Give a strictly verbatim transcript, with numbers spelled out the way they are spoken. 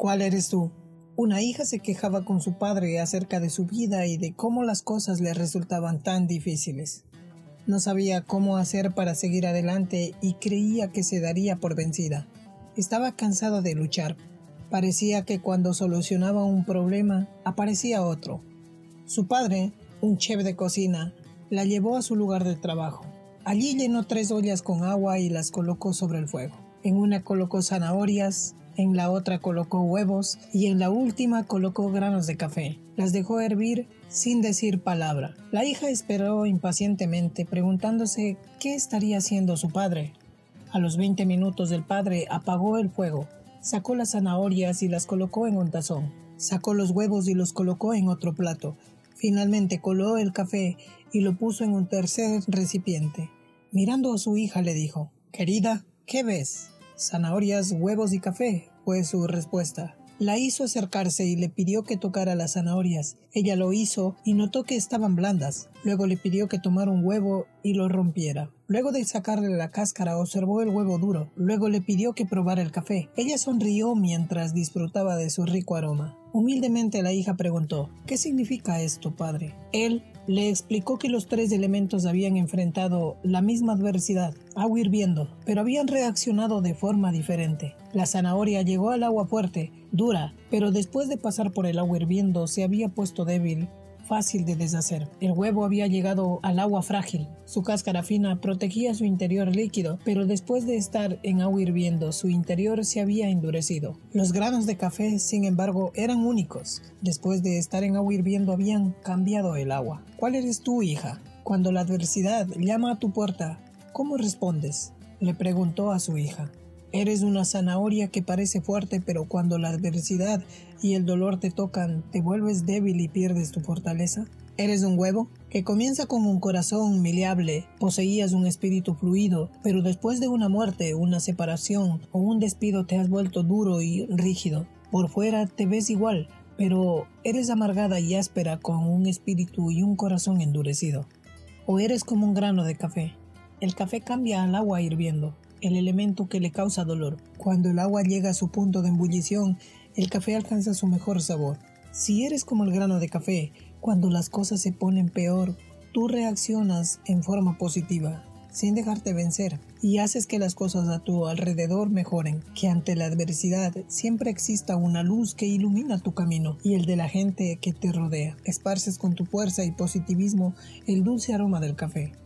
¿Cuál eres tú? Una hija se quejaba con su padre acerca de su vida y de cómo las cosas le resultaban tan difíciles. No sabía cómo hacer para seguir adelante y creía que se daría por vencida. Estaba cansada de luchar. Parecía que cuando solucionaba un problema, aparecía otro. Su padre, un chef de cocina, la llevó a su lugar de trabajo. Allí llenó tres ollas con agua y las colocó sobre el fuego. En una colocó zanahorias, en la otra colocó huevos y en la última colocó granos de café. Las dejó hervir sin decir palabra. La hija esperó impacientemente, preguntándose qué estaría haciendo su padre. A los veinte minutos el padre apagó el fuego, sacó las zanahorias y las colocó en un tazón. Sacó los huevos y los colocó en otro plato. Finalmente coló el café y lo puso en un tercer recipiente. Mirando a su hija le dijo: «Querida, ¿qué ves?» «Zanahorias, huevos y café», fue su respuesta. La hizo acercarse y le pidió que tocara las zanahorias. Ella lo hizo y notó que estaban blandas. Luego le pidió que tomara un huevo y lo rompiera. Luego de sacarle la cáscara, observó el huevo duro. Luego le pidió que probara el café. Ella sonrió mientras disfrutaba de su rico aroma. Humildemente la hija preguntó: «¿Qué significa esto, padre?» Él le explicó que los tres elementos habían enfrentado la misma adversidad, agua hirviendo, pero habían reaccionado de forma diferente. La zanahoria llegó al agua fuerte, dura, pero después de pasar por el agua hirviendo se había puesto débil, fácil de deshacer. El huevo había llegado al agua frágil. Su cáscara fina protegía su interior líquido, pero después de estar en agua hirviendo, su interior se había endurecido. Los granos de café, sin embargo, eran únicos. Después de estar en agua hirviendo, habían cambiado el agua. ¿Cuál eres tú, hija? Cuando la adversidad llama a tu puerta, ¿cómo respondes?, le preguntó a su hija. Eres una zanahoria que parece fuerte, pero cuando la adversidad y el dolor te tocan, ¿te vuelves débil y pierdes tu fortaleza? ¿Eres un huevo que comienza con un corazón maleable, poseías un espíritu fluido, pero después de una muerte, una separación o un despido te has vuelto duro y rígido? Por fuera te ves igual, pero eres amargada y áspera con un espíritu y un corazón endurecido. ¿O eres como un grano de café? El café cambia al agua hirviendo, el elemento que le causa dolor. Cuando el agua llega a su punto de ebullición, el café alcanza su mejor sabor. Si eres como el grano de café, cuando las cosas se ponen peor, tú reaccionas en forma positiva, sin dejarte vencer, y haces que las cosas a tu alrededor mejoren, que ante la adversidad siempre exista una luz que ilumina tu camino y el de la gente que te rodea. Esparces con tu fuerza y positivismo el dulce aroma del café.